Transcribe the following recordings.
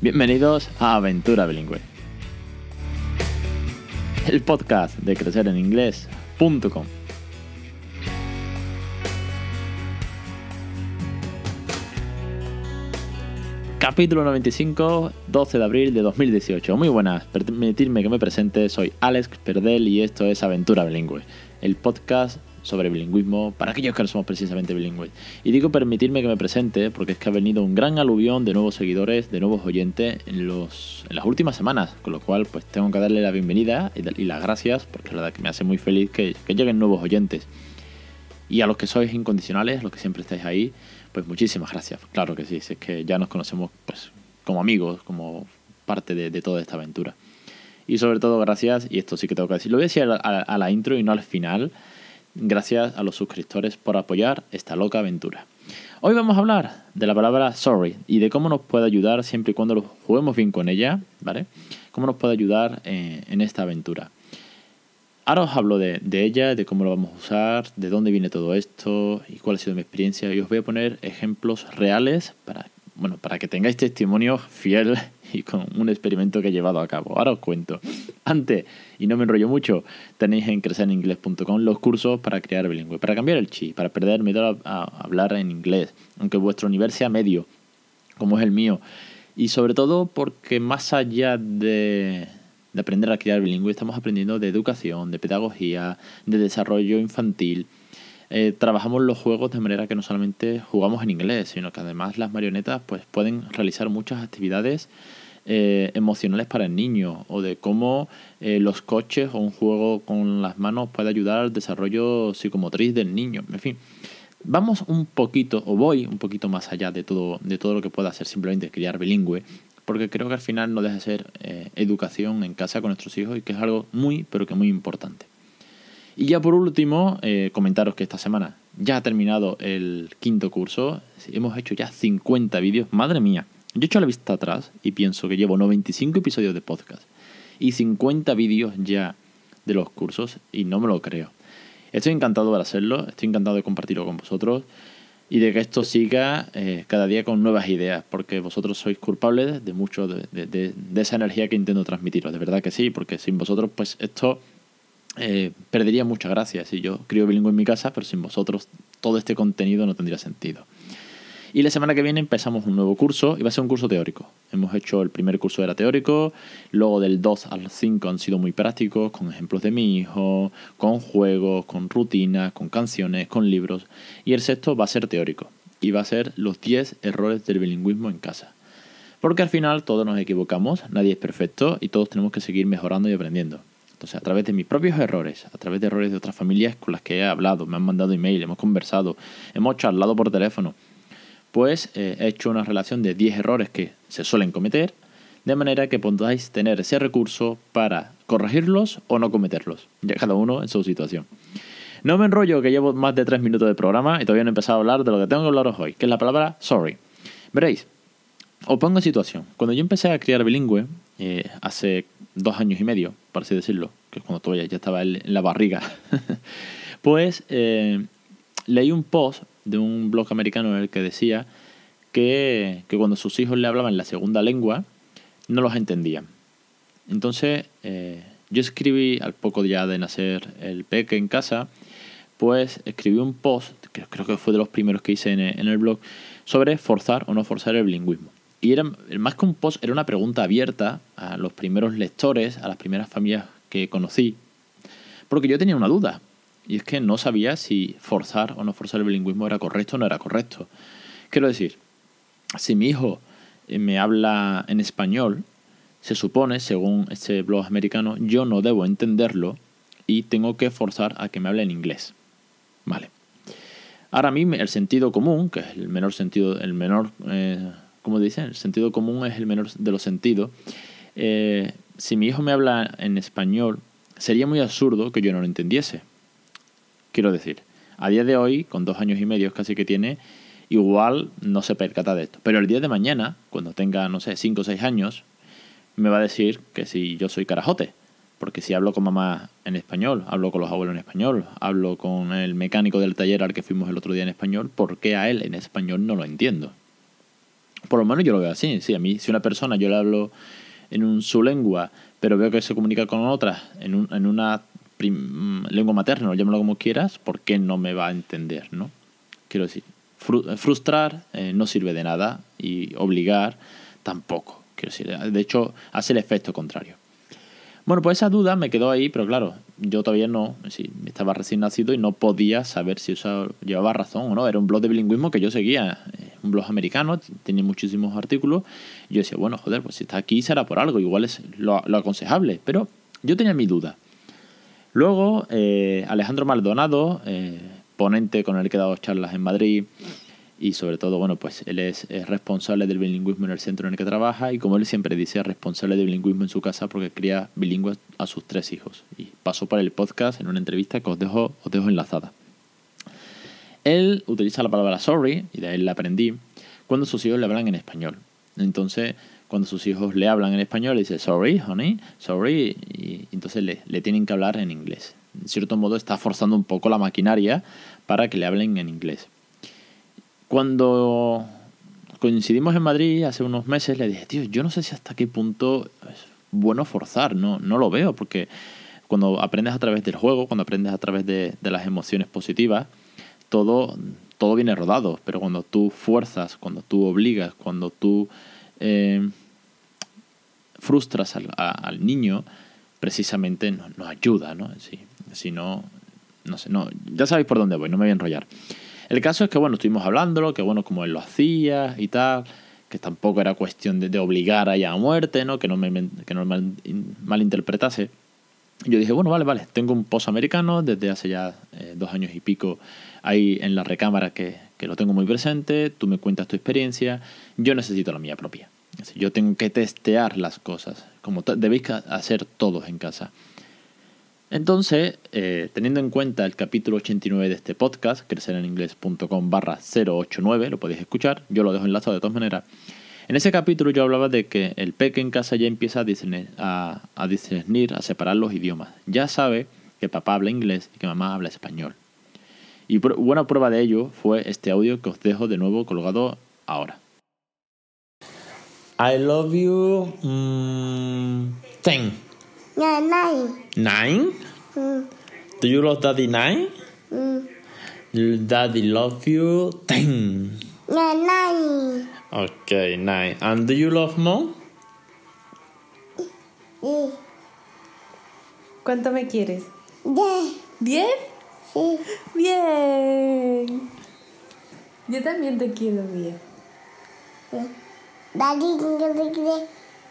Bienvenidos a Aventura Bilingüe, el podcast de crecereninglés.com. Capítulo 95, 12 de abril de 2018. Muy buenas, permitidme que me presente, soy Alex Perdel y esto es Aventura Bilingüe, el podcast sobre bilingüismo para aquellos que no somos precisamente bilingües. Y digo permitirme que me presente porque es que ha venido un gran aluvión de nuevos seguidores, de nuevos oyentes en las últimas semanas, con lo cual pues tengo que darle la bienvenida y las gracias, porque la verdad que me hace muy feliz que lleguen nuevos oyentes. Y a los que sois incondicionales, los que siempre estáis ahí, pues muchísimas gracias. Claro que sí, es que ya nos conocemos pues como amigos, como parte de toda esta aventura. Y sobre todo gracias, y esto sí que tengo que decir, lo voy a decir a la intro y no al final, gracias a los suscriptores por apoyar esta loca aventura. Hoy vamos a hablar de la palabra sorry y de cómo nos puede ayudar siempre y cuando lo juguemos bien con ella, ¿vale? Cómo nos puede ayudar en esta aventura. Ahora os hablo de ella, de cómo lo vamos a usar, de dónde viene todo esto y cuál ha sido mi experiencia. Y os voy a poner ejemplos reales para que tengáis testimonio fiel y con un experimento que he llevado a cabo. Ahora os cuento. Antes, y no me enrollo mucho, tenéis en crecereninglés.com los cursos para crear bilingüe, para cambiar el chip, para perder miedo a hablar en inglés, aunque vuestro nivel sea medio, como es el mío. Y sobre todo porque más allá de aprender a crear bilingüe, estamos aprendiendo de educación, de pedagogía, de desarrollo infantil. Trabajamos los juegos de manera que no solamente jugamos en inglés, sino que además las marionetas pues pueden realizar muchas actividades emocionales para el niño, o de cómo los coches o un juego con las manos puede ayudar al desarrollo psicomotriz del niño. En fin, voy un poquito más allá de todo lo que pueda ser simplemente criar bilingüe, porque creo que al final no deja de ser educación en casa con nuestros hijos y que es algo muy, pero que muy importante. Y ya por último, comentaros que esta semana ya ha terminado el 5º curso. Hemos hecho ya 50 vídeos. ¡Madre mía! Yo he hecho la vista atrás y pienso que llevo 95 episodios de podcast y 50 vídeos ya de los cursos y no me lo creo. Estoy encantado de hacerlo, estoy encantado de compartirlo con vosotros y de que esto siga cada día con nuevas ideas, porque vosotros sois culpables de mucho de esa energía que intento transmitiros. De verdad que sí, porque sin vosotros pues esto perdería mucha gracia. Si yo crío bilingüe en mi casa, pero sin vosotros todo este contenido no tendría sentido. Y la semana que viene empezamos un nuevo curso y va a ser un curso teórico. Hemos hecho el primer curso era teórico, luego del 2 al 5 han sido muy prácticos, con ejemplos de mi hijo, con juegos, con rutinas, con canciones, con libros. Y el 6º va a ser teórico y va a ser los 10 errores del bilingüismo en casa. Porque al final todos nos equivocamos, nadie es perfecto y todos tenemos que seguir mejorando y aprendiendo. Entonces, a través de mis propios errores, a través de errores de otras familias con las que he hablado, me han mandado email, hemos conversado, hemos charlado por teléfono, pues he hecho una relación de 10 errores que se suelen cometer, de manera que podáis tener ese recurso para corregirlos o no cometerlos, ya cada uno en su situación. No me enrollo, que llevo más de 3 minutos de programa y todavía no he empezado a hablar de lo que tengo que hablaros hoy, que es la palabra sorry. Veréis, os pongo en situación. Cuando yo empecé a criar bilingüe, hace 2 años y medio, por así decirlo, que es cuando todavía ya estaba en la barriga, pues leí un post de un blog americano en el que decía que cuando sus hijos le hablaban la segunda lengua, no los entendían. Entonces, yo escribí, al poco ya de nacer el peque en casa, pues escribí un post, que creo que fue de los primeros que hice en el blog, sobre forzar o no forzar el bilingüismo. Y era más que un post, era una pregunta abierta a los primeros lectores, a las primeras familias que conocí, porque yo tenía una duda. Y es que no sabía si forzar o no forzar el bilingüismo era correcto o no era correcto. Quiero decir, si mi hijo me habla en español, se supone, según este blog americano, yo no debo entenderlo y tengo que forzar a que me hable en inglés. Vale. Ahora a mí el sentido común, que es el sentido común es el menor de los sentidos. Si mi hijo me habla en español, sería muy absurdo que yo no lo entendiese. Quiero decir, a día de hoy, con 2 años y medio casi que tiene, igual no se percata de esto. Pero el día de mañana, cuando tenga, 5 o 6 años, me va a decir que si yo soy carajote. Porque si hablo con mamá en español, hablo con los abuelos en español, hablo con el mecánico del taller al que fuimos el otro día en español, ¿por qué a él en español no lo entiendo? Por lo menos yo lo veo así. Sí, a mí, si una persona yo le hablo en su lengua, pero veo que se comunica con otras en una lengua materna, o llámalo como quieras, ¿por qué no me va a entender, no? Quiero decir, frustrar no sirve de nada y obligar tampoco. Quiero decir, de hecho, hace el efecto contrario. Bueno, pues esa duda me quedó ahí, pero claro, yo todavía no, sí, estaba recién nacido y no podía saber si eso llevaba razón o no. Era un blog de bilingüismo que yo seguía, un blog americano, tenía muchísimos artículos. Y yo decía, bueno, joder, pues si está aquí será por algo, igual es lo aconsejable. Pero yo tenía mi duda. Luego, Alejandro Maldonado, ponente con el que he dado charlas en Madrid, y sobre todo, bueno, pues él es responsable del bilingüismo en el centro en el que trabaja, y como él siempre dice, responsable de bilingüismo en su casa porque cría bilingües a sus 3 hijos. Y pasó por el podcast en una entrevista que os dejo enlazada. Él utiliza la palabra sorry, y de ahí la aprendí, cuando sus hijos le hablan en español. Entonces, cuando sus hijos le hablan en español, le dice sorry, honey, sorry, y entonces le tienen que hablar en inglés. En cierto modo está forzando un poco la maquinaria para que le hablen en inglés. Cuando coincidimos en Madrid hace unos meses, le dije, tío, yo no sé si hasta qué punto es bueno forzar, no lo veo, porque cuando aprendes a través del juego, cuando aprendes a través de las emociones positivas, todo viene rodado, pero cuando tú fuerzas, cuando tú obligas, cuando tú frustras al niño, precisamente no ayuda, ¿no? Si no sé, ya sabéis por dónde voy, no me voy a enrollar. El caso es que, bueno, estuvimos hablándolo, que bueno, como él lo hacía y tal, que tampoco era cuestión de obligar a ella a muerte, ¿no? Que no malinterpretase. Yo dije, bueno, vale, tengo un post americano desde hace ya 2 años y pico ahí en la recámara que lo tengo muy presente, tú me cuentas tu experiencia, yo necesito la mía propia. Yo tengo que testear las cosas, como debéis hacer todos en casa. Entonces, teniendo en cuenta el capítulo 89 de este podcast, crecereningles.com/089, lo podéis escuchar, yo lo dejo enlazado de todas maneras. En ese capítulo yo hablaba de que el peque en casa ya empieza a discernir, a separar los idiomas. Ya sabe que papá habla inglés y que mamá habla español. Y buena prueba de ello fue este audio que os dejo de nuevo colgado ahora. I love you 10. 9? Do you love daddy 9? Daddy love you 10. 9. Okay, 9. And do you love mom? ¿Cuánto me quieres? 10. 10. Sí. Bien. Yo también te quiero 10. Daddy quiere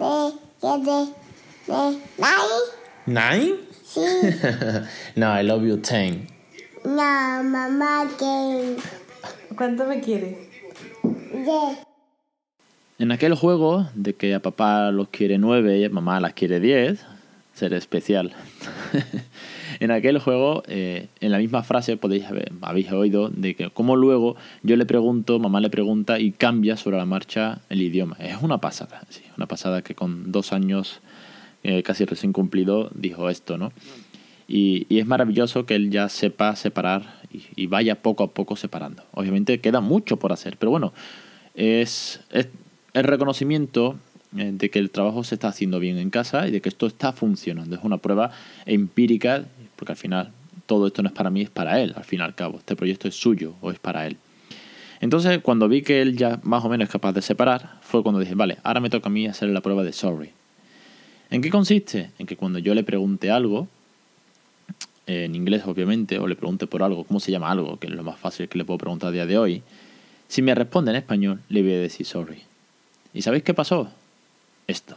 9. 9? Sí. No, I love you 10. No, mamá quiere ¿Cuánto me quieres? 10. En aquel juego de que a papá los quiere 9 y a mamá las quiere 10, ser especial. En aquel juego, en la misma frase habéis oído de que como luego yo le pregunto, mamá le pregunta y cambia sobre la marcha el idioma. Es una pasada, sí, una pasada que con 2 años casi recién cumplido dijo esto, ¿no? Y es maravilloso que él ya sepa separar y vaya poco a poco separando. Obviamente queda mucho por hacer, pero bueno, es el reconocimiento de que el trabajo se está haciendo bien en casa y de que esto está funcionando. Es una prueba empírica, porque al final todo esto no es para mí, es para él, al fin y al cabo. Este proyecto es suyo o es para él. Entonces, cuando vi que él ya más o menos es capaz de separar, fue cuando dije, vale, ahora me toca a mí hacer la prueba de sorry. ¿En qué consiste? En que cuando yo le pregunte algo, en inglés obviamente, o le pregunte por algo, ¿cómo se llama algo? Que es lo más fácil que le puedo preguntar a día de hoy. Si me responde en español, le voy a decir sorry. ¿Y sabéis qué pasó? Esto.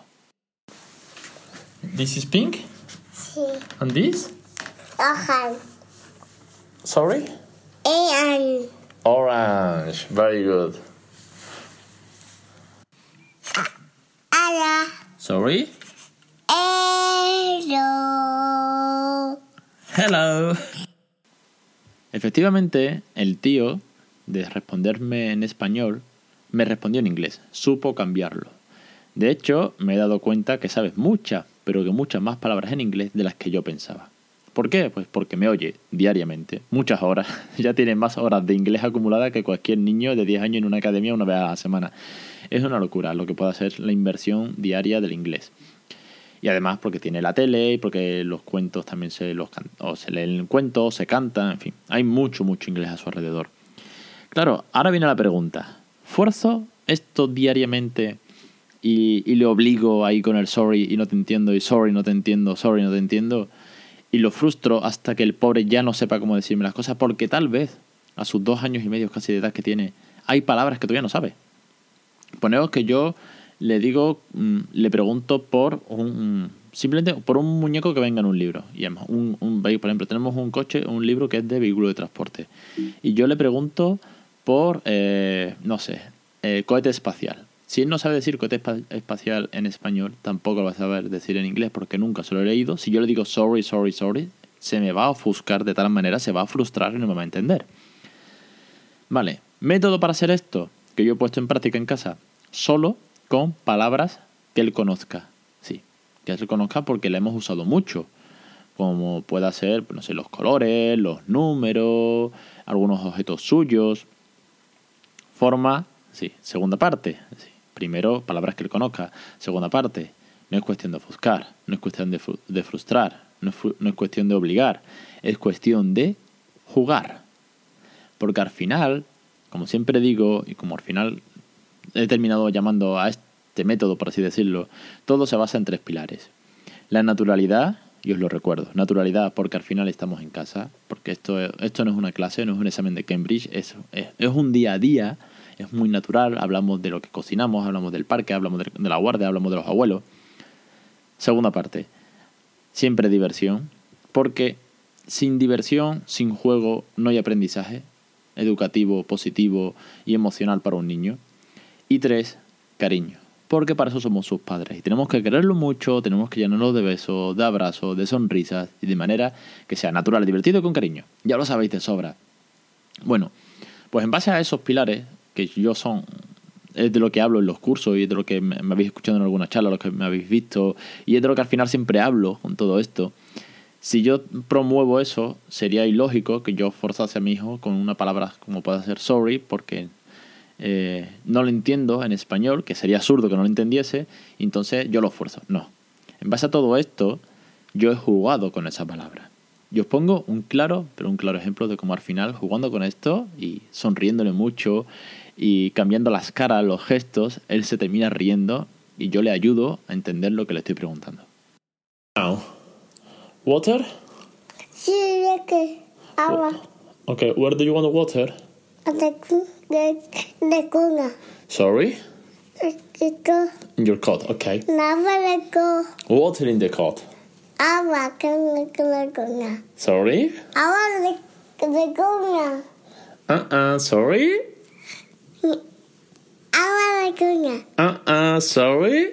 This is pink. Sí. And this? Ojan. Sorry? And Orange. Very good. Ara. Sorry? Hello. Hello. Efectivamente, el tío, de responderme en español, me respondió en inglés. Supo cambiarlo. De hecho, me he dado cuenta que sabes muchas, pero que muchas más palabras en inglés de las que yo pensaba. ¿Por qué? Pues porque me oye diariamente, muchas horas. Ya tiene más horas de inglés acumuladas que cualquier niño de 10 años en una academia una vez a la semana. Es una locura lo que puede hacer la inversión diaria del inglés. Y además porque tiene la tele y porque los cuentos también se leen cuentos, se cantan, en fin. Hay mucho inglés a su alrededor. Claro, ahora viene la pregunta. ¿Fuerzo esto diariamente y le obligo ahí con el sorry y no te entiendo y sorry no te entiendo, sorry no te entiendo? Y lo frustro hasta que el pobre ya no sepa cómo decirme las cosas, porque tal vez a sus 2 años y medio casi de edad que tiene, hay palabras que todavía no sabe. Poneos que yo le digo, le pregunto simplemente por un muñeco que venga en un libro. Y además, por ejemplo, tenemos un coche, un libro que es de vehículo de transporte. Y yo le pregunto por, cohete espacial. Si él no sabe decir cohete espacial en español, tampoco lo va a saber decir en inglés porque nunca se lo he leído. Si yo le digo sorry, se me va a ofuscar de tal manera, se va a frustrar y no me va a entender. Vale, método para hacer esto que yo he puesto en práctica en casa, solo con palabras que él conozca. Sí, que él conozca porque la hemos usado mucho. Como pueda ser, no sé, los colores, los números, algunos objetos suyos. Forma, sí, segunda parte. Sí. Primero, palabras que él conozca. Segunda parte, no es cuestión de ofuscar, no es cuestión de frustrar, no es cuestión de obligar, es cuestión de jugar. Porque al final, como siempre digo, y como al final he terminado llamando a este método, por así decirlo, todo se basa en 3 pilares. La naturalidad, y os lo recuerdo, naturalidad porque al final estamos en casa, porque esto no es una clase, no es un examen de Cambridge, es un día a día. Es muy natural, hablamos de lo que cocinamos, hablamos del parque, hablamos de la guardia, hablamos de los abuelos. Segunda parte, siempre diversión, porque sin diversión, sin juego, no hay aprendizaje educativo, positivo y emocional para un niño. Y 3, cariño, porque para eso somos sus padres y tenemos que quererlo mucho, tenemos que llenarlo de besos, de abrazos, de sonrisas y de manera que sea natural, divertido y con cariño. Ya lo sabéis de sobra. Bueno, pues en base a esos pilares, que es de lo que hablo en los cursos y es de lo que me habéis escuchado en alguna charla, lo que me habéis visto, y es de lo que al final siempre hablo con todo esto. Si yo promuevo eso, sería ilógico que yo forzase a mi hijo con una palabra como pueda ser sorry, porque no lo entiendo en español, que sería absurdo que no lo entendiese, y entonces yo lo fuerzo. No. En base a todo esto, yo he jugado con esa palabra. Yo os pongo un claro ejemplo de cómo al final, jugando con esto y sonriéndole mucho y cambiando las caras, los gestos, él se termina riendo y yo le ayudo a entender lo que le estoy preguntando. Now, water? Sí, que agua. Okay, where do you want the water? De cuna. Sorry? In your cot, okay. Agua de cuna. Water in the cot. Agua de cuna. Sorry? Agua de cuna. Sorry? Agua de cuna. Sorry?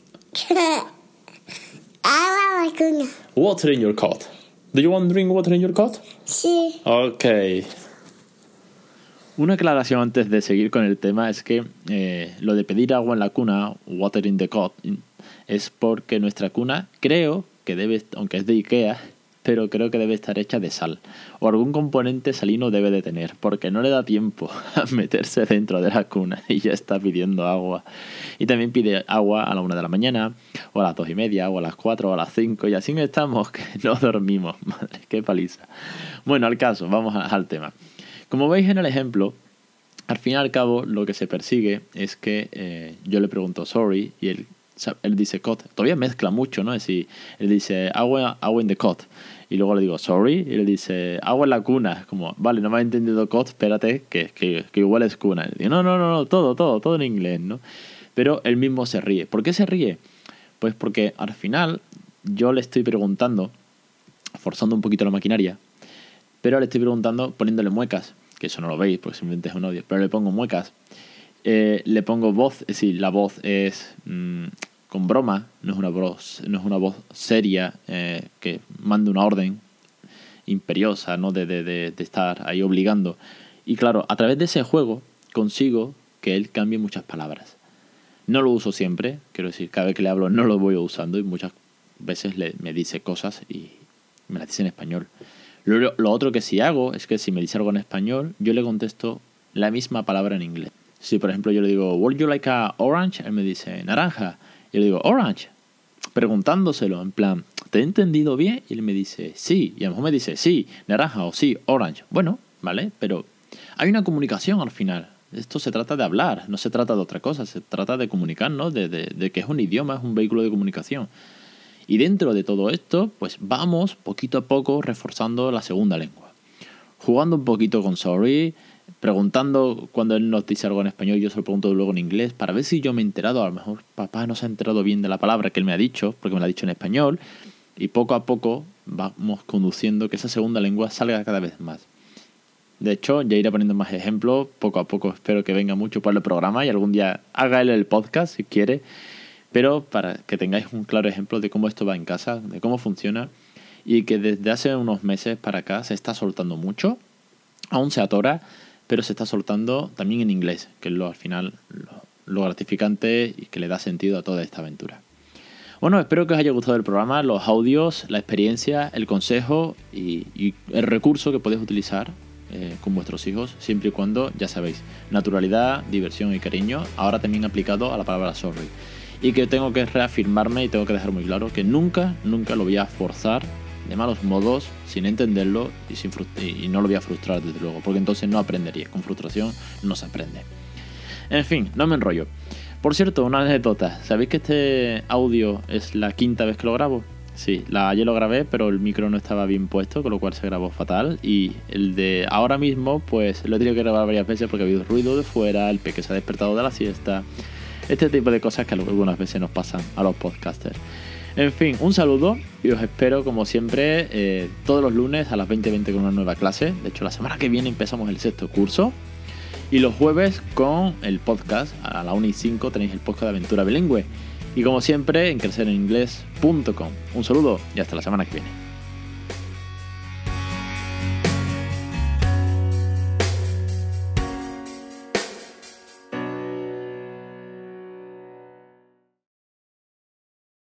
Agua de cuna. Water in your cot. Do you want to drink water in your cot? Sí. Okay. Una aclaración antes de seguir con el tema es que lo de pedir agua en la cuna, water in the cot, es porque nuestra cuna creo que debe, aunque es de Ikea, pero creo que debe estar hecha de sal o algún componente salino debe de tener, porque no le da tiempo a meterse dentro de la cuna y ya está pidiendo agua. Y también pide agua a la 1 de la mañana o a las 2:30 o a las 4 o a las 5 y así estamos que no dormimos. Madre, qué paliza. Bueno, al caso, vamos al tema. Como veis en el ejemplo, al fin y al cabo lo que se persigue es que yo le pregunto sorry y él dice cot. Todavía mezcla mucho, ¿no? Es decir, él dice agua in the cot y luego le digo sorry y él dice agua en la cuna. Como, vale, no me ha entendido cot, espérate, que igual es cuna. Y digo, no, todo en inglés, ¿no? Pero él mismo se ríe. ¿Por qué se ríe? Pues porque al final yo le estoy preguntando, forzando un poquito la maquinaria, pero le estoy preguntando poniéndole muecas, que eso no lo veis porque simplemente es un audio, pero le pongo muecas. Le pongo voz, es decir, la voz es con broma, no es una voz seria que mande una orden imperiosa, ¿no? de estar ahí obligando. Y claro, a través de ese juego consigo que él cambie muchas palabras. No lo uso siempre, quiero decir, cada vez que le hablo no lo voy usando y muchas veces me dice cosas y me las dice en español. Lo otro que sí hago es que si me dice algo en español, yo le contesto la misma palabra en inglés. Si por ejemplo yo le digo, would you like a orange? Él me dice, naranja. Yo le digo, orange. Preguntándoselo, en plan, ¿te he entendido bien? Y él me dice, sí. Y a lo mejor me dice, sí, naranja o sí, orange. Bueno, ¿vale? Pero hay una comunicación al final. Esto se trata de hablar, no se trata de otra cosa. Se trata de comunicar, ¿no? De que es un idioma, es un vehículo de comunicación. Y dentro de todo esto, pues vamos poquito a poco reforzando la segunda lengua. Jugando un poquito con sorry, preguntando cuando él nos dice algo en español, yo se lo pregunto luego en inglés, para ver si yo me he enterado. A lo mejor papá no se ha enterado bien de la palabra que él me ha dicho, porque me la ha dicho en español. Y poco a poco vamos conduciendo que esa segunda lengua salga cada vez más. De hecho, ya iré poniendo más ejemplos. Poco a poco espero que venga mucho por el programa y algún día haga él el podcast si quiere. Pero para que tengáis un claro ejemplo de cómo esto va en casa, de cómo funciona. Y que desde hace unos meses para acá se está soltando mucho. Aún se atora, pero se está soltando también en inglés, que es al final lo gratificante y que le da sentido a toda esta aventura. Bueno, espero que os haya gustado el programa, los audios, la experiencia, el consejo y el recurso que podéis utilizar con vuestros hijos, siempre y cuando, ya sabéis, naturalidad, diversión y cariño, ahora también aplicado a la palabra sorry. Y que tengo que reafirmarme y tengo que dejar muy claro que nunca lo voy a forzar de malos modos, sin entenderlo y no lo voy a frustrar desde luego, porque entonces no aprendería. Con frustración no se aprende. En fin, no me enrollo. Por cierto, una anécdota. ¿Sabéis que este audio es la 5ª vez que lo grabo? Sí, ayer lo grabé, pero el micro no estaba bien puesto, con lo cual se grabó fatal. Y el de ahora mismo, pues lo he tenido que grabar varias veces porque ha habido ruido de fuera, el peque se ha despertado de la siesta. Este tipo de cosas que algunas veces nos pasan a los podcasters. En fin, un saludo y os espero como siempre todos los lunes a las 20:20 con una nueva clase. De hecho, la semana que viene empezamos el 6º curso. Y los jueves con el podcast, a la 1:05 tenéis el podcast de Aventura Bilingüe. Y como siempre en crecereninglés.com. Un saludo y hasta la semana que viene.